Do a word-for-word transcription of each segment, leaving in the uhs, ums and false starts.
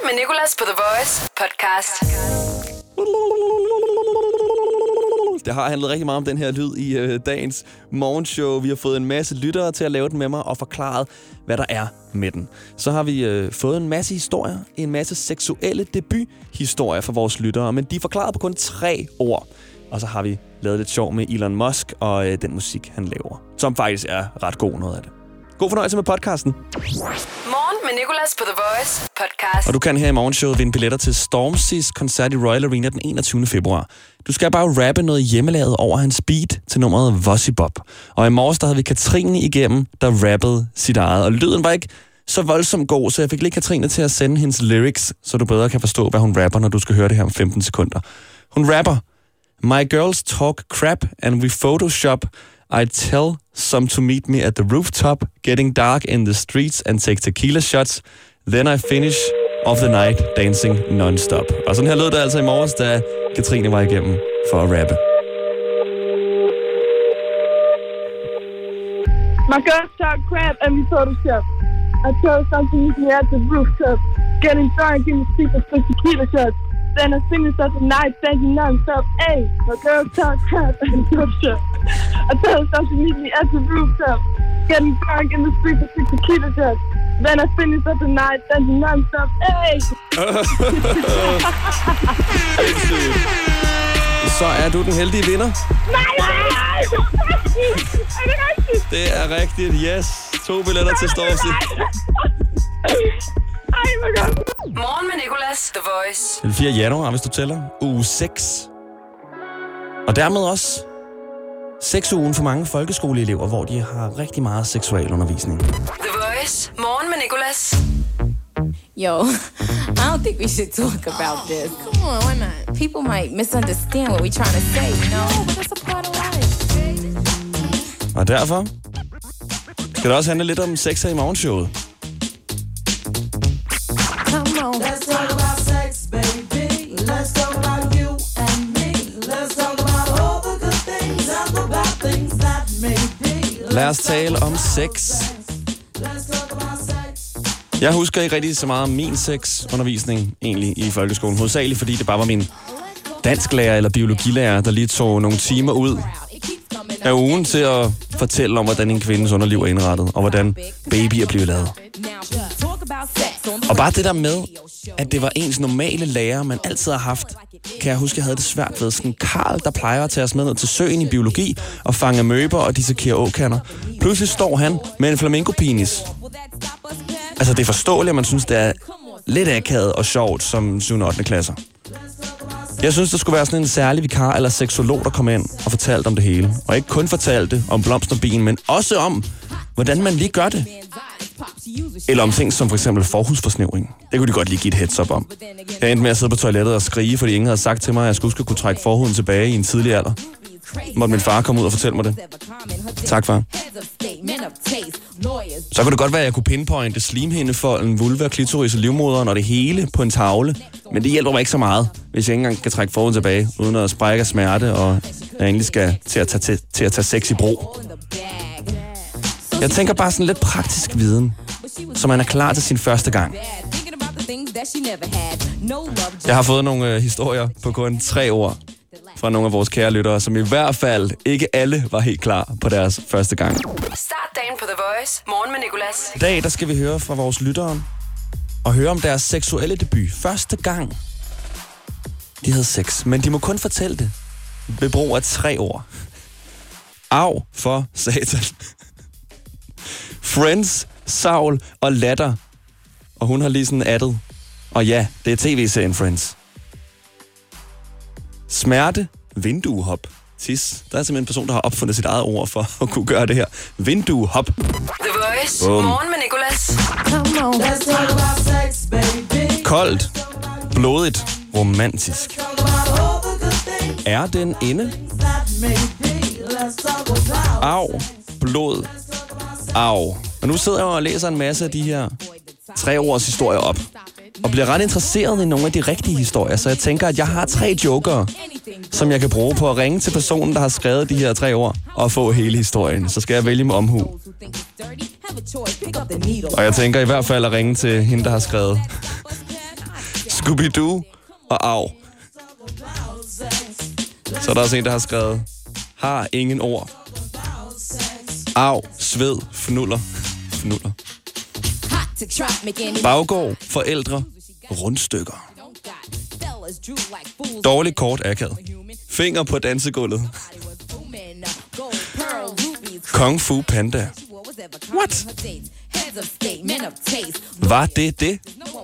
med Nicolas på The Voice podcast. Det har handlet rigtig meget om den her lyd i øh, dagens morgenshow. Vi har fået en masse lyttere til at lave den med mig og forklaret, hvad der er med den. Så har vi øh, fået en masse historier, en masse seksuelle debuthistorier fra vores lyttere, men de er forklaret på kun tre ord. Og så har vi lavet lidt sjov med Elon Musk og øh, den musik, han laver, som faktisk er ret god, noget af det. God fornøjelse med podcasten. Morgen med Nicolas på The Voice podcast. Og du kan her i morgenshowet vinde billetter til Stormzy's koncert i Royal Arena den enogtyvende februar. Du skal bare rappe noget hjemmelavet over hans beat til nummeret Vossy Bop. Og i morges der havde vi Katrine igennem, der rappede sit eget. Og lyden var ikke så voldsomt god, så jeg fik lige Katrine til at sende hendes lyrics, så du bedre kan forstå, hvad hun rapper, når du skal høre det her om femten sekunder. Hun rapper: My girls talk crap and we photoshop. I tell some to meet me at the rooftop, getting dark in the streets and take tequila shots. Then I finish off the night dancing non-stop. Og sådan her lød det altså i morges, da Katrine var igennem for at rappe. My girls talk crap and we photoshop. I tell some to meet me at the rooftop, getting drunk in the streets and take tequila shots. Then I finish off the night dancing non-stop. Hey, my girls talk crap and photoshop. I tell some to meet me at the rooftop, getting drunk in the streets and take tequila shots. Then I finish up the night dancing non-stop. Hey! Så er du den heldige vinder. Nej, nej, nej! Er det rigtigt? Det er rigtigt, yes. To billetter til Stormzy. Ej, hvor godt. Morgen med Nicolas, The Voice. Den fjerde januar, hvis du tæller. Uge seks. Og dermed også seks-ugen for mange folkeskoleelever, hvor de har rigtig meget seksualundervisning. The Voice. Morgen med Nicolas. Yo, I don't think we should talk about this. Come on, why not? People might misunderstand what we're trying to say, you know? But that's a part of life. Og derfor skal det også handle lidt om sex her i morgenshowet. Come on. Let's talk about sex, baby. Let's talk about you and me. Let's talk about all the good things and the bad things that may be. Lad os tale om sex. Let's talk about sex. Jeg husker ikke rigtig så meget om min sexundervisning egentlig i folkeskolen. Hovedsageligt fordi det bare var min dansklærer eller biologilærer, der lige tog nogle timer ud af ugen til at fortælle om, hvordan en kvindes underliv er indrettet, og hvordan babyer bliver lavet. Og bare det der med, at det var ens normale lærer, man altid har haft, kan jeg huske, jeg havde det svært ved. Sådan Karl, der plejer at tage os med ned til søen i biologi og fange amøber og dissekere åkander. Pludselig står han med en flamingopenis. Altså, det er forståeligt, at man synes, det er lidt akavet og sjovt som syvende og ottende klasser. Jeg synes, der skulle være sådan en særlig vikar eller seksolog, der kom ind og fortalte om det hele. Og ikke kun fortalte om blomsterbien, men også om, hvordan man lige gør det. Eller om ting som for eksempel forhusforsnævring. Det kunne de godt lige give et heads up om. Jeg endte med at sidde på toilettet og skrige, fordi ingen havde sagt til mig, at jeg skulle kunne trække forhuden tilbage i en tidlig alder. Måtte min far komme ud og fortælle mig det. Tak, far. Så kunne det godt være, at jeg kunne pinpointe slimhindefolden, vulva, klitoris og livmoderen og det hele på en tavle. Men det hjælper mig ikke så meget, hvis jeg ikke engang kan trække forhuden tilbage, uden at sprække af smerte, og jeg egentlig skal til at tage, til, til at tage sex i brug. Jeg tænker bare sådan lidt praktisk viden, så man er klar til sin første gang. Jeg har fået nogle øh, historier på kun tre ord fra nogle af vores kære lyttere, som i hvert fald ikke alle var helt klar på deres første gang. Start dagen på The Voice. Morgen med Nicolas. I dag der skal vi høre fra vores lyttere og høre om deres seksuelle debut. Første gang, de havde sex, men de må kun fortælle det ved brug af tre ord. Au for satan. Friends, Saul og latter. Og hun har lige sådan addet. Og ja, det er tv-serien Friends. Smerte, vinduehop. Tis. Der er simpelthen en person, der har opfundet sit eget ord for at kunne gøre det her. Vinduehop. The Voice. Boom. Morgen med Nicolas. Come on. Let's talk about sex, baby. Koldt, blodigt, romantisk. Talk about all the good things Er den inde? that may be. Let's talk about. Au, blod, au. Og nu sidder jeg og læser en masse af de her tre års historier op. Og bliver ret interesseret i nogle af de rigtige historier. Så jeg tænker, at jeg har tre jokere, som jeg kan bruge på at ringe til personen, der har skrevet de her tre ord, og få hele historien. Så skal jeg vælge med omhu. Og jeg tænker i hvert fald at ringe til hende, der har skrevet Scooby-Doo og Au. Så er der også en, der har skrevet, har ingen ord. Au, sved, fnuller. Fnuller. Baggård, forældre, rundstykker. Dårlig kort akavet. Finger på dansegulvet. Kung Fu Panda. What? Var det det?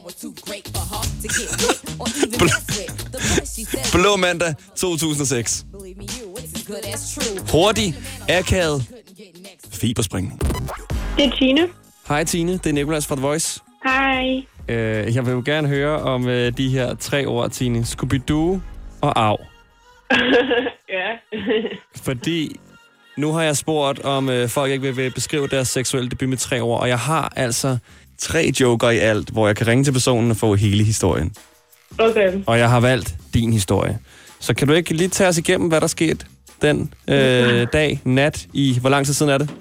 Bl- Blå mandag to tusind og seks. Hurtig, akavet, fiberspring. Det er Tine. Hej Tine, det er Nicolas fra The Voice. Hej. Uh, jeg vil jo gerne høre om uh, de her tre ord, Tine. Scooby-Doo og Au. Ja. Fordi nu har jeg spurgt, om uh, folk ikke vil, vil beskrive deres seksuelle debut med tre ord, og jeg har altså tre joker i alt, hvor jeg kan ringe til personen og få hele historien. Okay. Og jeg har valgt din historie. Så kan du ikke lige tage os igennem, hvad der skete den øh, dag, nat, i... Hvor lang tid siden er det?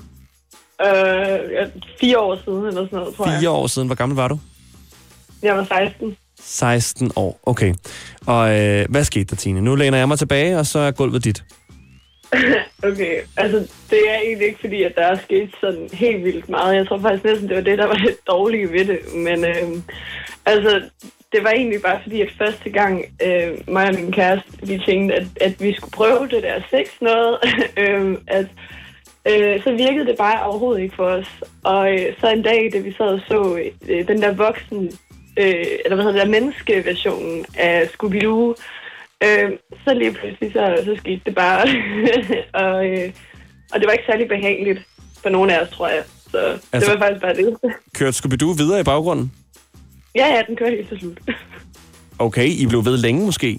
Øh, fire år siden, eller sådan noget, tror jeg. Fire år siden. Hvor gammel var du? Jeg var seksten. seksten år, okay. Og øh, hvad skete der, Tine? Nu læner jeg mig tilbage, og så er gulvet dit. Okay, altså det er egentlig ikke fordi, at der er sket sådan helt vildt meget. Jeg tror faktisk næsten, det var det, der var lidt dårlige ved det. Men øh, altså, det var egentlig bare fordi, at første gang øh, mig og min kæreste, vi tænkte, at, at vi skulle prøve det der sex noget. øh, at, øh, så virkede det bare overhovedet ikke for os. Og øh, så en dag, da vi sad og så øh, den der voksen, øh, eller hvad hedder det der menneskeversionen af Scooby-Doo, Øh, så lige pludselig, så, så skete det bare. og, øh, og det var ikke særlig behageligt for nogen af os, tror jeg. Så altså, det var faktisk bare det. Kørte Scooby-Doo videre i baggrunden? Ja, ja, den kørte helt til slut. Okay, I blev ved længe måske?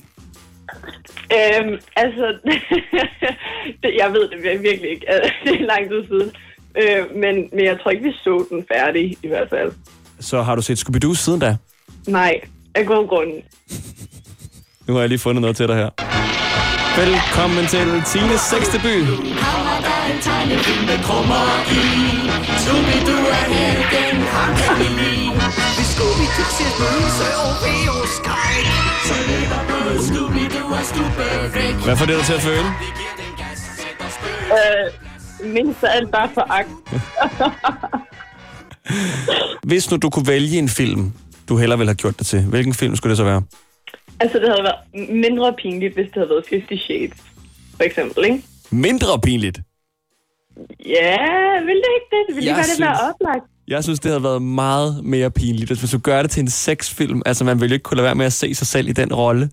øhm, altså, det, jeg ved det virkelig ikke. Det er lang tid siden. Øh, men, men jeg tror ikke, vi så den færdig, i hvert fald. Så har du set Scooby-Doo siden da? Nej, af god grund. Nu har jeg lige fundet noget til dig her. Velkommen til Tines sexdebut. Kommer der en tegnefilm med krummer i. Scooby-Doo er her igen, ham kan vi lide. Hvis Scooby-Doo ser spøgelser og V O skræk, så ligger både Scooby-Doo og Scooby-væk. Hvad får det dig til at føle? Øh, mindst er alt bare foragt. Hvis nu du kunne vælge en film, du hellere ville have gjort det til, hvilken film skulle det så være? Altså, det havde været mindre pinligt, hvis det havde været Fifty Shades, for eksempel, ikke? Mindre pinligt? Ja, vil det ikke det? Det ville ikke være det være oplagt. Jeg synes, det havde været meget mere pinligt, hvis du gør det til en sexfilm. Altså, man ville jo ikke kunne lade være med at se sig selv i den rolle.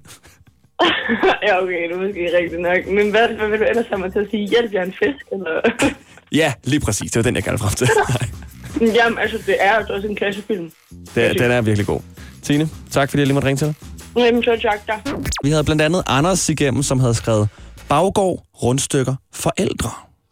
Ja, okay, det er måske rigtigt nok. Men hvad, hvad vil du ellers have mig til at sige? Hjælp, jeg er en fisk, eller? Ja, lige præcis. Det var den, jeg gerne frem til. Jamen, altså, det er jo også en klassefilm. Det, den er virkelig god. Tine, tak fordi jeg lige måtte ringe til dig. Jamen, så tak da. Vi havde blandt andet Anders igennem, som havde skrevet Baggård, rundstykker, forældre.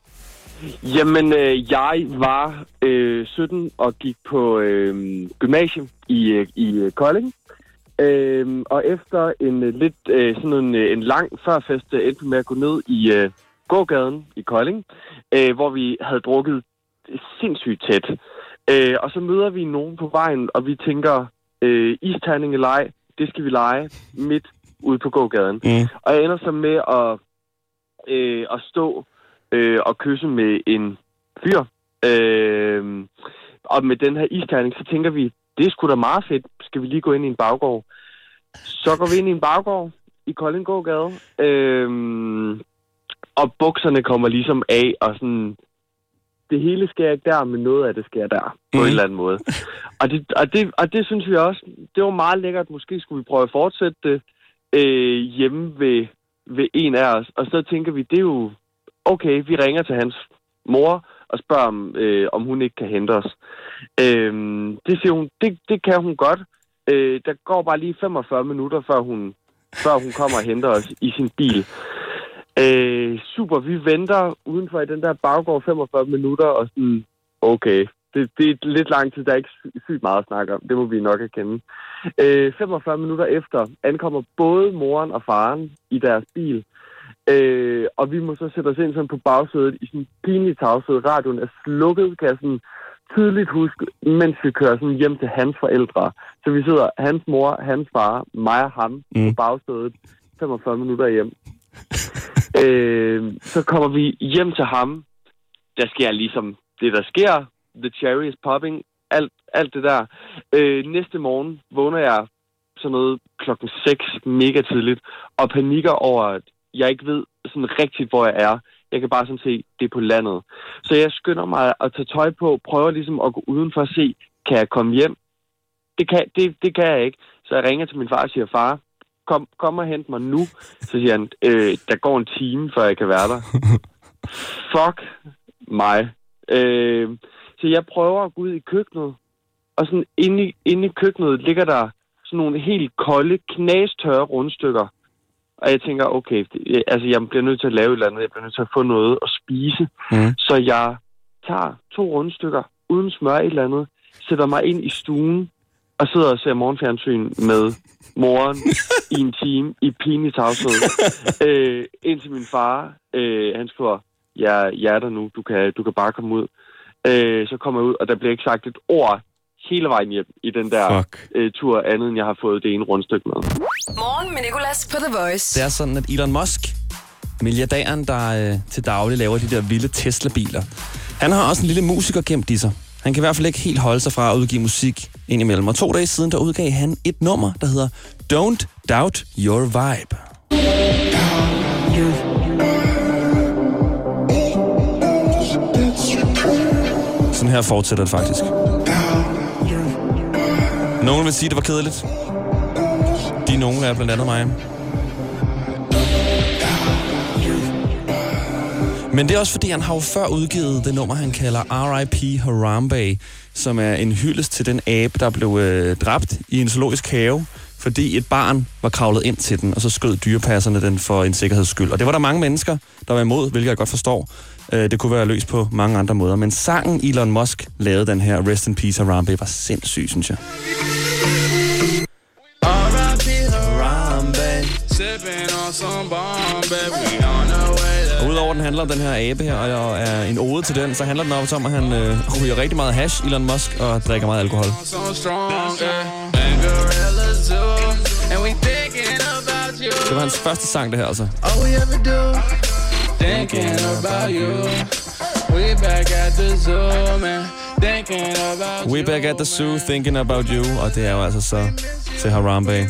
Jamen, øh, jeg var øh, sytten og gik på øh, gymnasium i, i Kolding. Øh, og efter en lidt øh, sådan en, en lang førfest endte med at gå ned i øh, gågaden i Kolding, øh, hvor vi havde drukket sindssygt tæt. Øh, og så møder vi nogen på vejen, og vi tænker, øh, isterning eller ej, det skal vi lege midt ude på gågaden. Mm. Og jeg ender så med at, øh, at stå øh, og kysse med en fyr. Øh, og med den her isterning, så tænker vi, det er sgu da meget fedt. Skal vi lige gå ind i en baggård? Så går vi ind i en baggård i Kolding gågade. Øh, og bukserne kommer ligesom af, og sådan... Det hele sker ikke der, men noget af det sker der, på mm. en eller anden måde. Og det, og, det, og det synes vi også, det var meget lækkert. Måske skulle vi prøve at fortsætte det øh, hjemme ved, ved en af os. Og så tænker vi, det er jo okay, vi ringer til hans mor og spørger, om, øh, om hun ikke kan hente os. Øh, det siger hun, det, det kan hun godt. Øh, der går bare lige femogfyrre minutter, før hun, før hun kommer og henter os i sin bil. Øh, super, vi venter udenfor i den der baggård femogfyrre minutter, og sådan, okay, det, det er lidt lang tid, der er ikke sygt meget at snakke om, det må vi nok erkende. Øh, femogfyrre minutter efter ankommer både moren og faren i deres bil, øh, og vi må så sætte os ind sådan på bagsædet i sådan en pinlig tavshed. Radioen er slukket, kan jeg sådan tydeligt huske, mens vi kører sådan hjem til hans forældre. Så vi sidder, hans mor, hans far, mig og ham mm. på bagsædet, femogfyrre minutter hjem. øh, så kommer vi hjem til ham. Der sker ligesom det, der sker. The cherry is popping. Alt, alt det der. Øh, næste morgen vågner jeg sådan noget klokken seks, mega tidligt, og panikker over, at jeg ikke ved sådan rigtigt, hvor jeg er. Jeg kan bare sådan se, det er på landet. Så jeg skynder mig at tage tøj på, prøver ligesom at gå udenfor og se, kan jeg komme hjem? Det kan, det, det kan jeg ikke. Så jeg ringer til min far og siger, far, kom, kom og hent mig nu. Så siger han, øh, der går en time, før jeg kan være der. Fuck mig. Øh, så jeg prøver at gå ud i køkkenet, og sådan inde i, inde i køkkenet ligger der sådan nogle helt kolde, knastørre rundstykker. Og jeg tænker, okay, det, altså jeg bliver nødt til at lave et eller andet, jeg bliver nødt til at få noget at spise. Mm. Så jeg tager to rundstykker uden smør et eller andet, sætter mig ind i stuen, og sidder og ser morgenfjernsyn med moren i en time i pinlig tavshed. øh, indtil min far, øh, han skriver, jeg, jeg er der nu, du kan, du kan bare komme ud. Øh, så kommer jeg ud, og der bliver ikke sagt et ord hele vejen hjem i den der øh, tur, andet end jeg har fået det ene rundstykke med. Morgen med Nicolas på The Voice. Det er sådan, at Elon Musk, milliardæren, der øh, til daglig laver de der vilde Tesla-biler, han har også en lille musiker gemt i sig. Han kan i hvert fald ikke helt holde sig fra at udgive musik indimellem. Og to dage siden, der udgav han et nummer, der hedder Don't Doubt Your Vibe. Sådan her fortsætter det faktisk. Nogen vil sige, det var kedeligt. De nogen er blandt andet mig. Men det er også fordi, han har jo før udgivet det nummer, han kalder R I P Harambe, som er en hyldest til den abe, der blev øh, dræbt i en zoologisk have, fordi et barn var kravlet ind til den, og så skød dyrepasserne den for en sikkerheds skyld. Og det var der mange mennesker, der var imod, hvilket jeg godt forstår. Øh, det kunne være løst på mange andre måder. Men sangen Elon Musk lavede, den her Rest in Peace Harambe, var sindssyg, synes jeg. Og udover den handler om den her abe her, og er en ode til den, så handler den også om, at han øh, ryger rigtig meget hash, Elon Musk, og drikker meget alkohol. Det var hans første sang, det her altså. We back at the zoo, thinking about you. Og det er jo altså så til Harambe.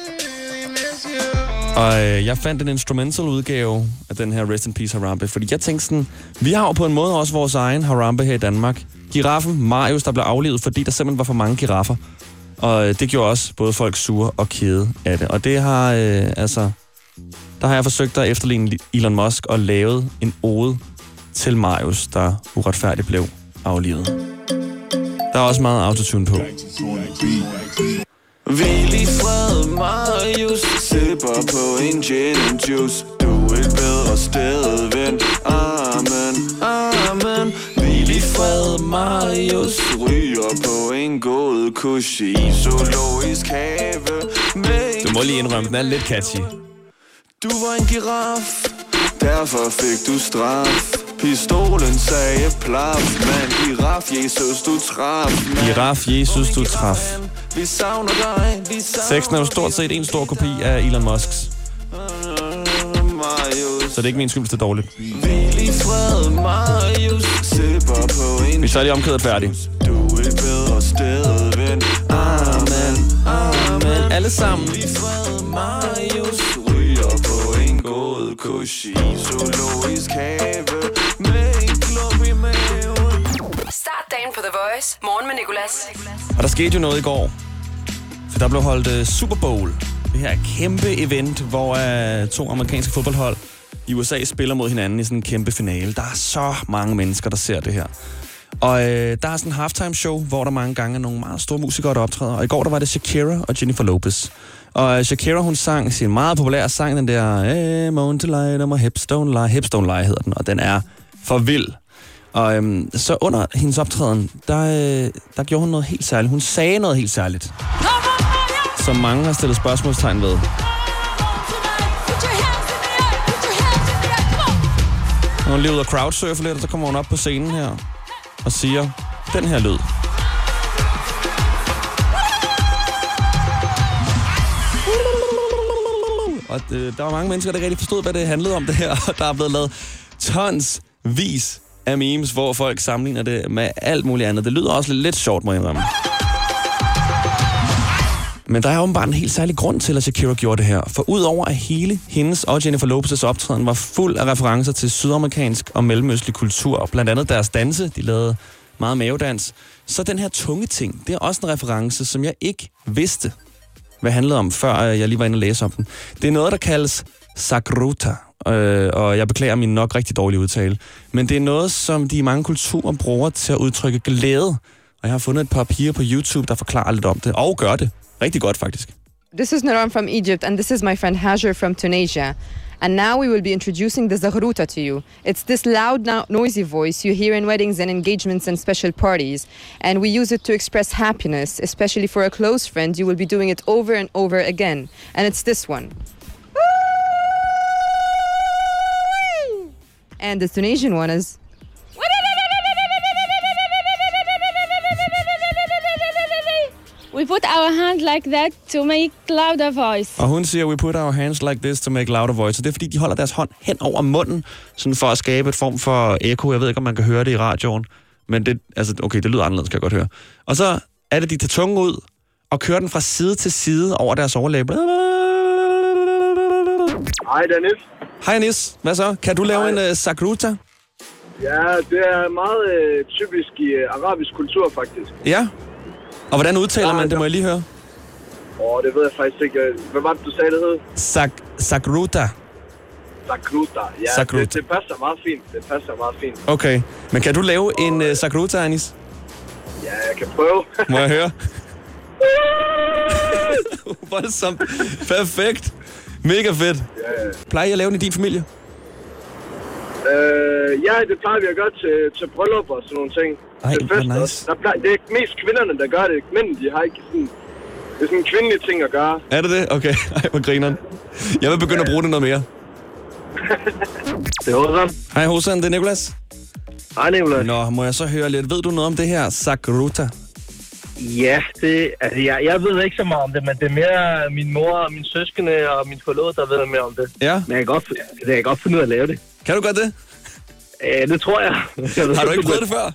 Og øh, jeg fandt en instrumental udgave af den her Rest in Peace Harambe, fordi jeg tænkte sådan, vi har jo på en måde også vores egen Harambe her i Danmark. Giraffen Marius, der blev aflivet, fordi der simpelthen var for mange giraffer. Og øh, det gjorde også både folk sure og kede af det. Og det har, øh, altså, der har jeg forsøgt at efterligne Elon Musk og lavet en ode til Marius, der uretfærdigt blev aflivet. Der er også meget autotune på. Hvil i fred, Marius, sipper på en gin and juice. Du er et bedre sted, ven. Amen, amen. Hvil i fred, Marius, ryger på en god kush i zoologisk have. Du må lige indrømme, den er lidt catchy. Du var en giraf, derfor fik du straf. Pistolen sagde plaf, men giraf, Jesus, du traf. Giraf, Jesus, du traf. Vi savner dig, vi savner. Teksten er jo stort set en stor kopi af Elon Musks. Så det er ikke min skyld, det er dårligt. Vi tager lige omkædet færdig. Du er et bedre sted, ven. Amen, amen. Alle sammen. Marius ryger på en god kush i zoologisk have. Med en klump i maven. Start dagen på The Voice. Morgen med Nicolas. Og der skete jo noget i går. For der blev holdt uh, Super Bowl. Det her kæmpe event, hvor uh, to amerikanske fodboldhold i U S A spiller mod hinanden i sådan en kæmpe finale. Der er så mange mennesker, der ser det her. Og øh, der er sådan en halftime show, hvor der mange gange er nogle meget store musikere, der optræder. Og i går der var det Shakira og Jennifer Lopez. Og øh, Shakira, hun sang sin meget populære sang, den der hey, Moan to Lie, my hips don't lie. Hips don't lie hedder den, og den er for vild. Og øhm, så under hendes optræden, der, øh, der gjorde hun noget helt særligt. Hun sagde noget helt særligt, som mange har stillet spørgsmålstegn ved. Hun er lige ude og crowdsurfe lidt, og så kommer hun op på scenen her og siger, den her lyd. Og øh, der var mange mennesker, der ikke rigtig forstod, hvad det handlede om det her. Og der er blevet lavet tonsvis af memes, hvor folk sammenligner det med alt muligt andet. Det lyder også lidt, lidt sjovt, må jeg indrømme. Men der er åbenbart en helt særlig grund til, at Shakira gjorde det her. For udover at hele hendes og Jennifer Lopez' optræden var fuld af referencer til sydamerikansk og mellemøstlig kultur, blandt andet deres danse, de lavede meget mavedans, så den her tunge ting, det er også en reference, som jeg ikke vidste, hvad handlede om, før jeg lige var inde og læse om den. Det er noget, der kaldes sakruta, øh, og jeg beklager min nok rigtig dårlige udtale. Men det er noget, som de i mange kulturer bruger til at udtrykke glæde. Og jeg har fundet et par piger på YouTube, der forklarer lidt om det, og gør det rigtig godt faktisk. This is Naram from Egypt, and this is my friend Hajar from Tunisia. And now we will be introducing the zaghrouta to you. It's this loud, no- noisy voice you hear in weddings and engagements and special parties. And we use it to express happiness, especially for a close friend. You will be doing it over and over again. And it's this one. And the Tunisian one is... We put our hand like that to make louder voice. Og hun siger, we put our hands like this to make louder voice. Så det er, fordi de holder deres hånd hen over munden, sådan for at skabe et form for ekko. Jeg ved ikke, om man kan høre det i radioen. Men det, altså, okay, det lyder anderledes, kan jeg godt høre. Og så er det, de tager tungen ud og kører den fra side til side over deres overlæbe. Hej, Dennis. Hej, Nis. Hvad så? Kan du lave Hej. en uh, sakruta? Ja, det er meget uh, typisk i uh, arabisk kultur, faktisk. Ja. Og hvordan udtaler ja, man det, må jeg lige høre? Åh, oh, det ved jeg faktisk ikke. Hvad var det, du sagde, det hed? Sak- sakruta. Sakruta, ja. Sakruta. Det, det passer meget fint. Det passer meget fint. Okay. Men kan du lave oh, en uh, sakruta, Anis? Ja, jeg kan prøve. Må jeg høre? Voldsomt. Perfekt. Mega fedt. Yeah. Plejer I at lave den i din familie? Øh, ja, det plejer vi at gøre til, til bryllupper og sådan nogle ting. Ej, det er nice. også. Der plejer, det er mest kvinderne, der gør det. Mænd, de har ikke sådan... Det er sådan en kvindelig ting at gøre. Er det det? Okay. Ej, hvor grineren. Jeg vil begynde at bruge det noget mere. Det er Hosan. Hej Hosan, det er Nicolas. Hej Nicolas. Nå, må jeg så høre lidt. Ved du noget om det her sakruta? Ja, det, altså jeg, jeg ved ikke så meget om det, men det er mere min mor og min søskende og min forlovede, der ved mere om det. Ja? Men jeg kan godt, jeg kan godt finde ud af at lave det. Kan du godt det? Ja, det tror jeg. jeg Har du ikke prøvet det før?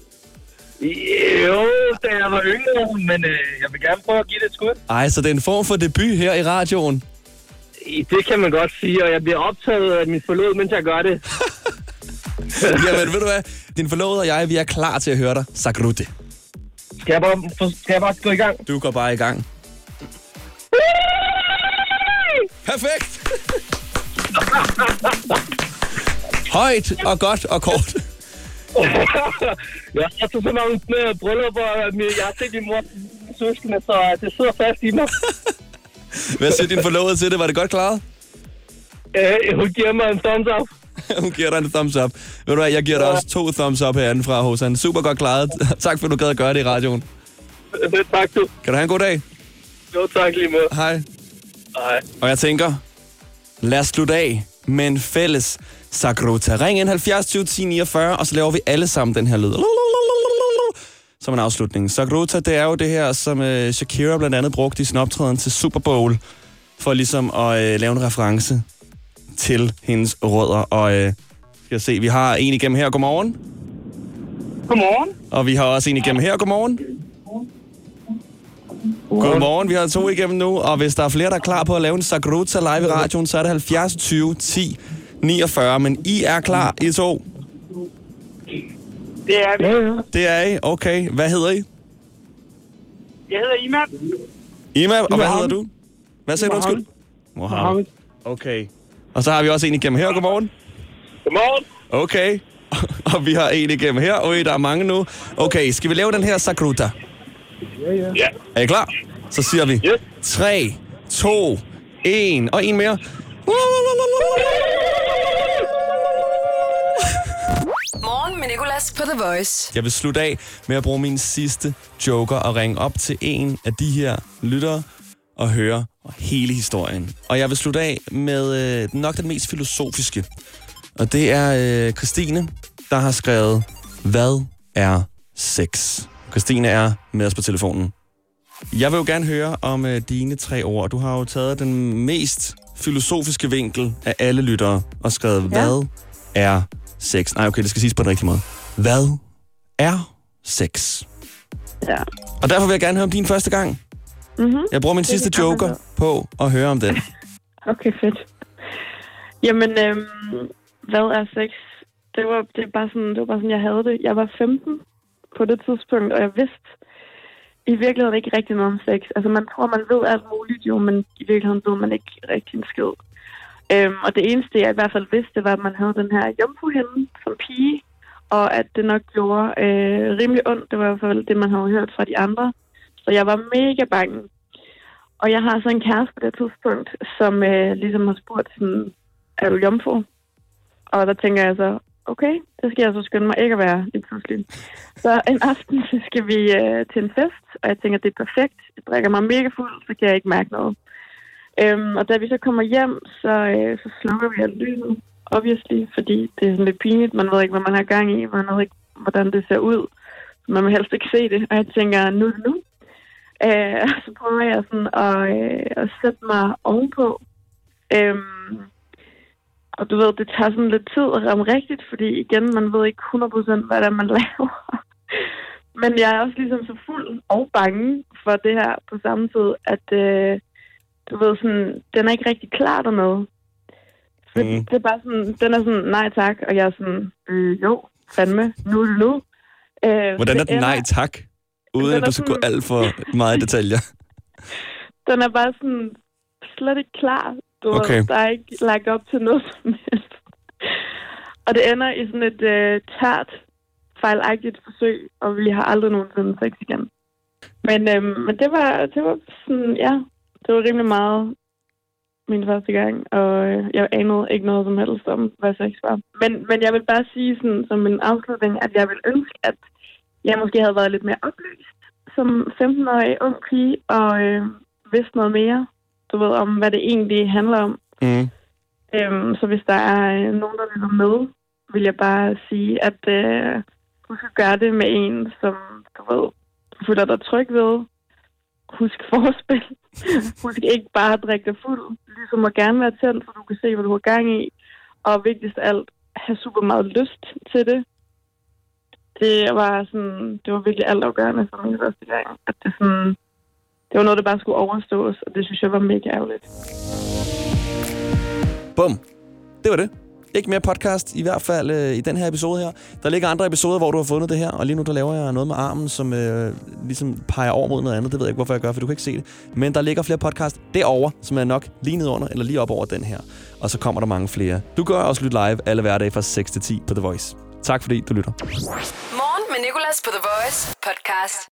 Jo, da jeg var yngre, men øh, jeg vil gerne prøve at give det et skud. Ej, så det er en form for debut her i radioen? Det kan man godt sige, og jeg bliver optaget af min forlovede, mens jeg gør det. Jamen, ved du hvad? Din forlovede og jeg, vi er klar til at høre dig. Sakrute. Skal jeg bare, skal jeg bare gå i gang? Du går bare i gang. Perfekt! Højt og godt og kort. Jeg har så mange med bryllupper, og jeg har set din mor søskende, så det sidder fast i mig. Hvad siger din forlovede til det? Var det godt klaret? Øh, hun giver mig en thumbs up. Hun giver dig en thumbs up. Ved du hvad, jeg giver dig også to thumbs up herinde fra Hosan. Super godt klaret. Tak for, at du gad at gøre det i radioen. Tak du. Kan du have en god dag? Jo, tak lige med. Hej. Hej. Og jeg tænker, lad os slutte af med en fælles sakruta. Ring ind halvfjerds tyve ti niogfyrre, og så laver vi alle sammen den her lyd. Som en afslutning. Sakruta, det er jo det her, som uh, Shakira blandt andet brugte i sin optræden til Super Bowl, for ligesom at uh, lave en reference til hendes rødder. Og uh, skal jeg se, vi har en igennem her. Godmorgen. Godmorgen. Og vi har også en igennem her. Godmorgen. Godmorgen. Godmorgen. Vi har to igennem nu, og hvis der er flere, der er klar på at lave en sakruta live i radioen, så er det halvfjerds tyve ti niogfyrre. Men I er klar, I to? Det er vi. Det er I? Okay. Hvad hedder I? Jeg hedder Imam. Imam, og hvad hedder du? Hvad siger du, undskyld? Mohammed. Okay. Og så har vi også en igennem her. Godmorgen. Godmorgen. Okay. Og vi har en igennem her. Oj, der er mange nu. Okay, skal vi lave den her sakruta? Ja, ja. Ja. Er I klar? Så siger vi yes. tre, to, et og en mere. Morgen med Nicolas på The Voice. Jeg vil slutte af med at bruge min sidste joker og ringe op til en af de her lyttere og høre hele historien. Og jeg vil slutte af med øh, nok den mest filosofiske. Og det er øh, Christine, der har skrevet, hvad er sex. Christine er med os på telefonen. Jeg vil jo gerne høre om uh, dine tre ord. Du har jo taget den mest filosofiske vinkel af alle lyttere og skrevet, ja. Hvad er sex? Nej, okay, det skal siges på den rigtige måde. Hvad er sex? Ja. Og derfor vil jeg gerne høre om din første gang. Mm-hmm. Jeg bruger min det sidste joker på at høre om den. Okay, fedt. Jamen, øhm, hvad er sex? Det var, det, var bare sådan, det var bare sådan, jeg havde det. Jeg var femten på det tidspunkt, og jeg vidste i virkeligheden ikke rigtig noget om sex. Altså, man tror, man ved alt muligt jo, men i virkeligheden ved man ikke rigtig en skid. Øhm, og det eneste, jeg i hvert fald vidste, var, at man havde den her jomfruhinde som pige, og at det nok gjorde øh, rimelig ondt. Det var i hvert fald det, man havde hørt fra de andre. Så jeg var mega bange. Og jeg har så en kæreste på det tidspunkt, som øh, ligesom har spurgt sådan, er du jomfru? Og der tænker jeg så, okay, det skal jeg så skynde mig ikke at være lige pludselig. Så en aften, så skal vi øh, til en fest, og jeg tænker, det er perfekt. Jeg drikker mig mega fuld, så kan jeg ikke mærke noget. Øhm, og da vi så kommer hjem, så, øh, så slukker vi alt lyset, obviously, fordi det er sådan lidt pinligt. Man ved ikke, hvad man har gang i, man ved ikke, hvordan det ser ud. Man vil helst ikke se det, og jeg tænker, nu er det nu. Øh, og så prøver jeg sådan at, øh, at sætte mig ovenpå. Øhm, og du ved, det tager sådan lidt tid at ramme rigtigt, fordi igen, man ved ikke hundrede procent, hvad det er, man laver. Men jeg er også ligesom så fuld og bange for det her på samme tid, at øh, du ved sådan, den er ikke rigtig klar dernede. Så mm. det er bare sådan, den er sådan, nej tak, og jeg er sådan, øh, jo, fandme, nu er det nu. Øh, Hvordan er den nej tak? Uden at du skal sådan... gå alt for meget i detaljer. Den er bare sådan slet ikke klar. Du okay. ved, der er ikke lagt op til noget som helst. Og det ender i sådan et øh, tært, fejlagtigt forsøg, og vi har aldrig nogensinde sex igen. Men, øh, men det var, det var sådan, ja, det var rimelig meget min første gang, og øh, jeg anede ikke noget som helst om, hvad sex var. Men, men jeg vil bare sige sådan, som en afslutning, at jeg vil ønske, at jeg måske havde været lidt mere oplyst som femten-årig ung pige, og øh, vidste noget mere, du ved, om hvad det egentlig handler om. Mm. Øhm, så hvis der er øh, nogen, der lytter med, vil jeg bare sige, at øh, du skal gøre det med en, som du ved, du føler dig tryg ved. Husk forspil. Husk ikke bare at drikke dig fuld. Ligesom må gerne være tændt, så du kan se, hvad du har gang i. Og vigtigst af alt, have super meget lyst til det. Det var sådan, det var virkelig altafgørende for min første gang. At det, sådan, det var noget, der bare skulle overstås, og det synes jeg var mega ærgerligt. Bum. Det var det. Ikke mere podcast, i hvert fald øh, i den her episode her. Der ligger andre episoder, hvor du har fundet det her, og lige nu der laver jeg noget med armen, som øh, ligesom peger over mod noget andet. Det ved jeg ikke, hvorfor jeg gør, for du kan ikke se det. Men der ligger flere podcast derovre, som er nok lige ned under, eller lige op over den her. Og så kommer der mange flere. Du gør også lytte live alle hverdage fra seks til ti på The Voice. Tak fordi du lytter. Morgen med Nicolas på The Voice podcast.